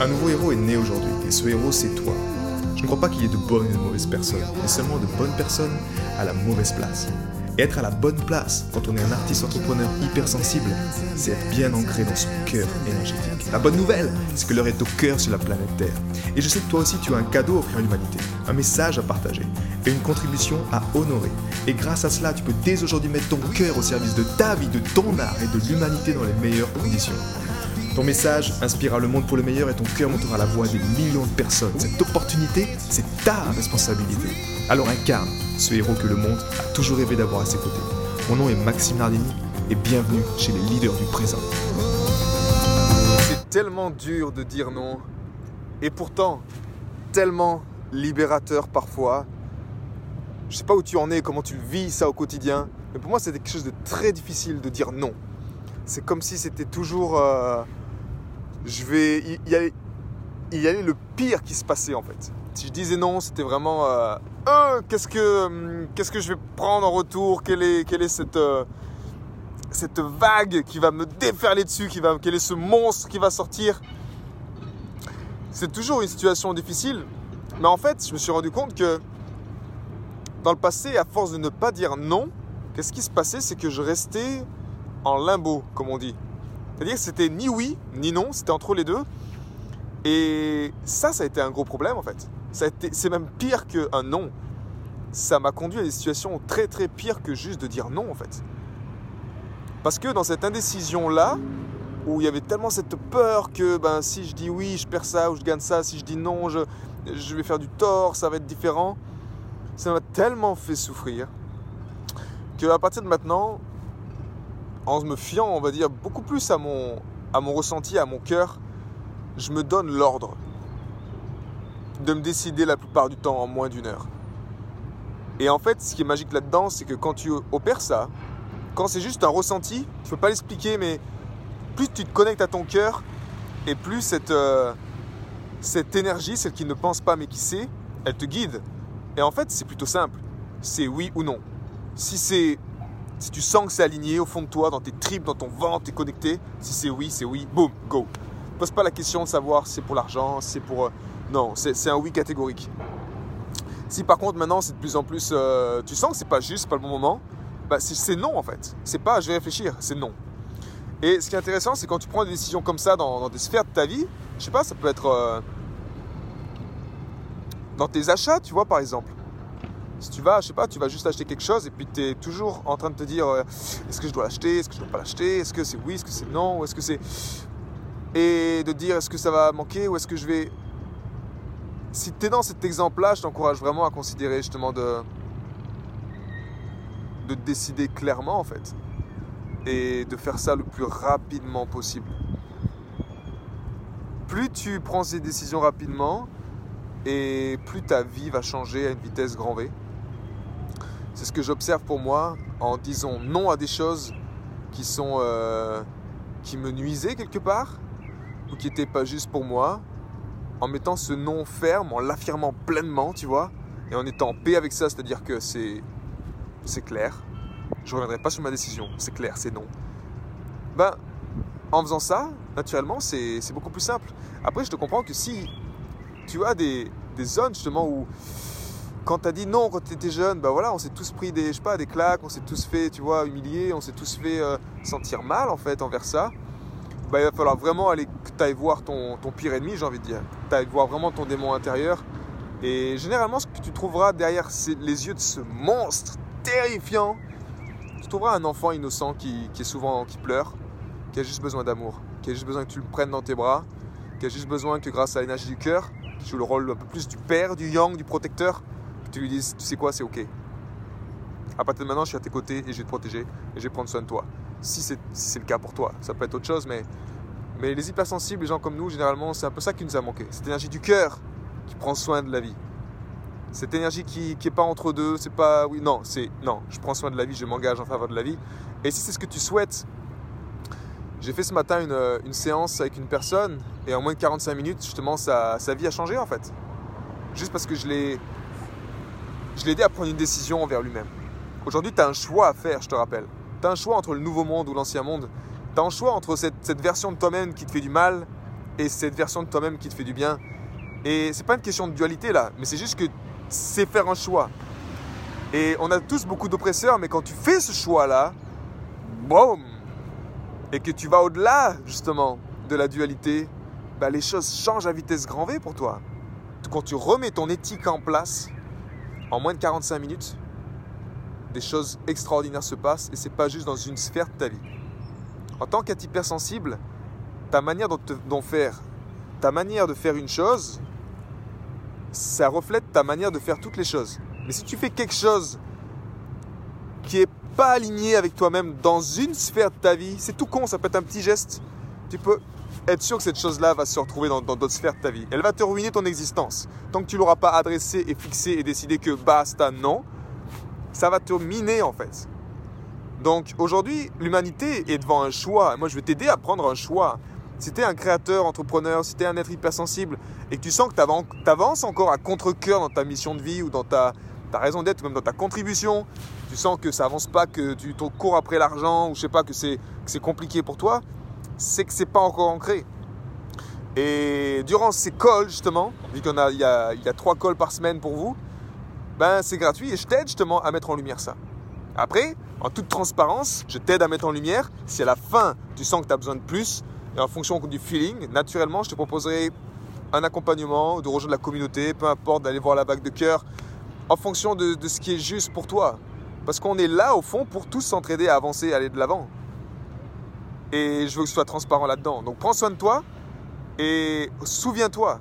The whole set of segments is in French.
Un nouveau héros est né aujourd'hui, et ce héros, c'est toi. Je ne crois pas qu'il y ait de bonnes et de mauvaises personnes, mais seulement de bonnes personnes à la mauvaise place. Et être à la bonne place, quand on est un artiste entrepreneur hypersensible, c'est être bien ancré dans son cœur énergétique. La bonne nouvelle, c'est que l'heure est au cœur sur la planète Terre. Et je sais que toi aussi, tu as un cadeau à offrir à l'humanité, un message à partager et une contribution à honorer. Et grâce à cela, tu peux dès aujourd'hui mettre ton cœur au service de ta vie, de ton art et de l'humanité dans les meilleures conditions. Ton message inspirera le monde pour le meilleur et ton cœur montera la voix des millions de personnes. Cette opportunité, c'est ta responsabilité. Alors incarne ce héros que le monde a toujours rêvé d'avoir à ses côtés. Mon nom est Maxime Nardini et bienvenue chez les leaders du présent. C'est tellement dur de dire non et pourtant tellement libérateur parfois. Je sais pas où tu en es, comment tu vis ça au quotidien, mais pour moi c'est quelque chose de très difficile de dire non. C'est comme si c'était toujours il y avait le pire qui se passait en fait. Si je disais non, c'était vraiment qu'est-ce que je vais prendre en retour, quelle est cette vague qui va me déferler dessus, quel est ce monstre qui va sortir. C'est toujours une situation difficile, mais en fait, je me suis rendu compte que dans le passé, à force de ne pas dire non, qu'est-ce qui se passait, c'est que je restais en limbo, comme on dit. C'est-à-dire que c'était ni oui, ni non, c'était entre les deux. Et ça a été un gros problème en fait. C'est même pire qu'un non. Ça m'a conduit à des situations très très pires que juste de dire non en fait. Parce que dans cette indécision-là, où il y avait tellement cette peur que si je dis oui, je perds ça ou je gagne ça, si je dis non, je vais faire du tort, ça va être différent. Ça m'a tellement fait souffrir qu'à partir de maintenant, en me fiant, on va dire, beaucoup plus à mon ressenti, à mon cœur, je me donne l'ordre de me décider la plupart du temps en moins d'une heure. Et en fait, ce qui est magique là-dedans, c'est que quand tu opères ça, quand c'est juste un ressenti, tu ne peux pas l'expliquer, mais plus tu te connectes à ton cœur, et plus cette énergie, celle qui ne pense pas mais qui sait, elle te guide. Et en fait, c'est plutôt simple. C'est oui ou non. Si tu sens que c'est aligné au fond de toi, dans tes tripes, dans ton ventre, tu es connecté, si c'est oui, boum, go. Ne pose pas la question de savoir si c'est pour l'argent, si c'est pour... non, c'est un oui catégorique. Si par contre maintenant c'est de plus en plus... tu sens que c'est pas juste, c'est pas le bon moment, c'est non en fait. C'est pas je vais réfléchir, c'est non. Et ce qui est intéressant, c'est quand tu prends des décisions comme ça dans des sphères de ta vie, je sais pas, ça peut être dans tes achats, tu vois par exemple. Si tu vas, je sais pas, tu vas juste acheter quelque chose et puis tu es toujours en train de te dire est-ce que je dois l'acheter, est-ce que je dois pas l'acheter, est-ce que c'est oui, est-ce que c'est non, ou est-ce que c'est... Et de dire est-ce que ça va manquer ou est-ce que je vais... Si tu es dans cet exemple-là, je t'encourage vraiment à considérer justement de décider clairement en fait et de faire ça le plus rapidement possible. Plus tu prends ces décisions rapidement et plus ta vie va changer à une vitesse grand V. C'est ce que j'observe pour moi en disant non à des choses qui me nuisaient quelque part ou qui n'étaient pas juste pour moi, en mettant ce non ferme, en l'affirmant pleinement, tu vois, et en étant en paix avec ça, c'est-à-dire que c'est clair, je ne reviendrai pas sur ma décision, c'est clair, c'est non. En faisant ça, naturellement, c'est beaucoup plus simple. Après, je te comprends que si tu as des zones justement où, quand tu as dit non quand tu étais jeune, on s'est tous pris des claques, on s'est tous fait, tu vois, humilier, on s'est tous fait sentir mal en fait envers ça. Il va falloir vraiment que tu ailles voir ton pire ennemi, j'ai envie de dire. Tu ailles voir vraiment ton démon intérieur. Et généralement, ce que tu trouveras derrière les yeux de ce monstre terrifiant, tu trouveras un enfant innocent qui pleure, qui a juste besoin d'amour, qui a juste besoin que tu le prennes dans tes bras, qui a juste besoin que grâce à l'énergie du cœur, tu joues le rôle un peu plus du père, du yang, du protecteur, que tu lui dises, tu sais quoi, c'est ok. À partir de maintenant, je suis à tes côtés et je vais te protéger et je vais prendre soin de toi. Si c'est le cas pour toi, ça peut être autre chose, mais les hypersensibles, les gens comme nous, généralement, c'est un peu ça qui nous a manqué. Cette énergie du cœur qui prend soin de la vie. Cette énergie qui n'est pas entre deux, c'est pas oui, non, c'est non, je prends soin de la vie, je m'engage en faveur de la vie. Et si c'est ce que tu souhaites, j'ai fait ce matin une séance avec une personne et en moins de 45 minutes, justement, sa vie a changé en fait. Juste parce que je l'ai aidé à prendre une décision envers lui-même. Aujourd'hui, tu as un choix à faire, je te rappelle. Tu as un choix entre le nouveau monde ou l'ancien monde. Tu as un choix entre cette version de toi-même qui te fait du mal et cette version de toi-même qui te fait du bien. Et c'est pas une question de dualité là, mais c'est juste que c'est faire un choix. Et on a tous beaucoup d'oppresseurs, mais quand tu fais ce choix-là, boum, et que tu vas au-delà justement de la dualité, les choses changent à vitesse grand V pour toi. Quand tu remets ton éthique en place, en moins de 45 minutes, des choses extraordinaires se passent et c'est pas juste dans une sphère de ta vie. En tant qu'être hypersensible, ta manière de faire une chose, ça reflète ta manière de faire toutes les choses. Mais si tu fais quelque chose qui n'est pas aligné avec toi-même dans une sphère de ta vie, c'est tout con, ça peut être un petit geste. Tu peux être sûr que cette chose-là va se retrouver dans d'autres sphères de ta vie. Elle va te ruiner ton existence. Tant que tu ne l'auras pas adressé et fixé et décidé que basta, non, ça va te miner en fait. Donc aujourd'hui, l'humanité est devant un choix. Moi, je vais t'aider à prendre un choix. Si tu es un créateur, entrepreneur, si tu es un être hypersensible et que tu sens que tu avances encore à contre-cœur dans ta mission de vie ou dans ta raison d'être ou même dans ta contribution, tu sens que ça avance pas, que tu te cours après l'argent ou je sais pas, que c'est compliqué pour toi, c'est que c'est pas encore ancré. Et durant ces calls justement, vu qu'il y a 3 calls par semaine pour vous, c'est gratuit et je t'aide justement à mettre en lumière ça. Après, en toute transparence, je t'aide à mettre en lumière. Si à la fin, tu sens que tu as besoin de plus, et en fonction du feeling, naturellement, je te proposerai un accompagnement, de rejoindre la communauté, peu importe, d'aller voir la vague de cœur, en fonction de ce qui est juste pour toi. Parce qu'on est là, au fond, pour tous s'entraider à avancer et aller de l'avant. Et je veux que ce soit transparent là-dedans. Donc, prends soin de toi et souviens-toi,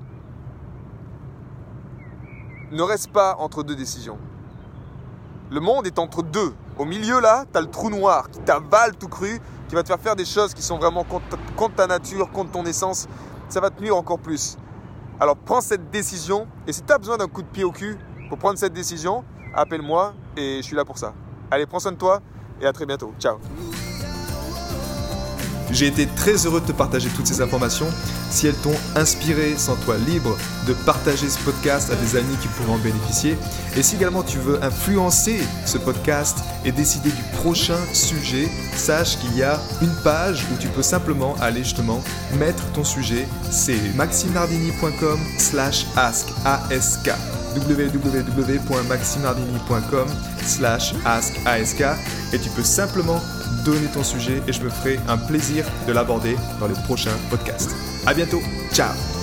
ne reste pas entre 2 décisions. Le monde est entre 2. Au milieu, là, tu as le trou noir qui t'avale tout cru, qui va te faire des choses qui sont vraiment contre ta nature, contre ton essence. Ça va te nuire encore plus. Alors, prends cette décision. Et si tu as besoin d'un coup de pied au cul pour prendre cette décision, appelle-moi et je suis là pour ça. Allez, prends soin de toi et à très bientôt. Ciao. J'ai été très heureux de te partager toutes ces informations. Si elles t'ont inspiré, sens-toi libre de partager ce podcast à des amis qui pourraient en bénéficier. Et si également tu veux influencer ce podcast et décider du prochain sujet, sache qu'il y a une page où tu peux simplement aller justement mettre ton sujet. C'est maximardini.com/ask www.maximardini.com/ask et tu peux simplement donner ton sujet et je me ferai un plaisir de l'aborder dans les prochains podcasts. À bientôt, ciao.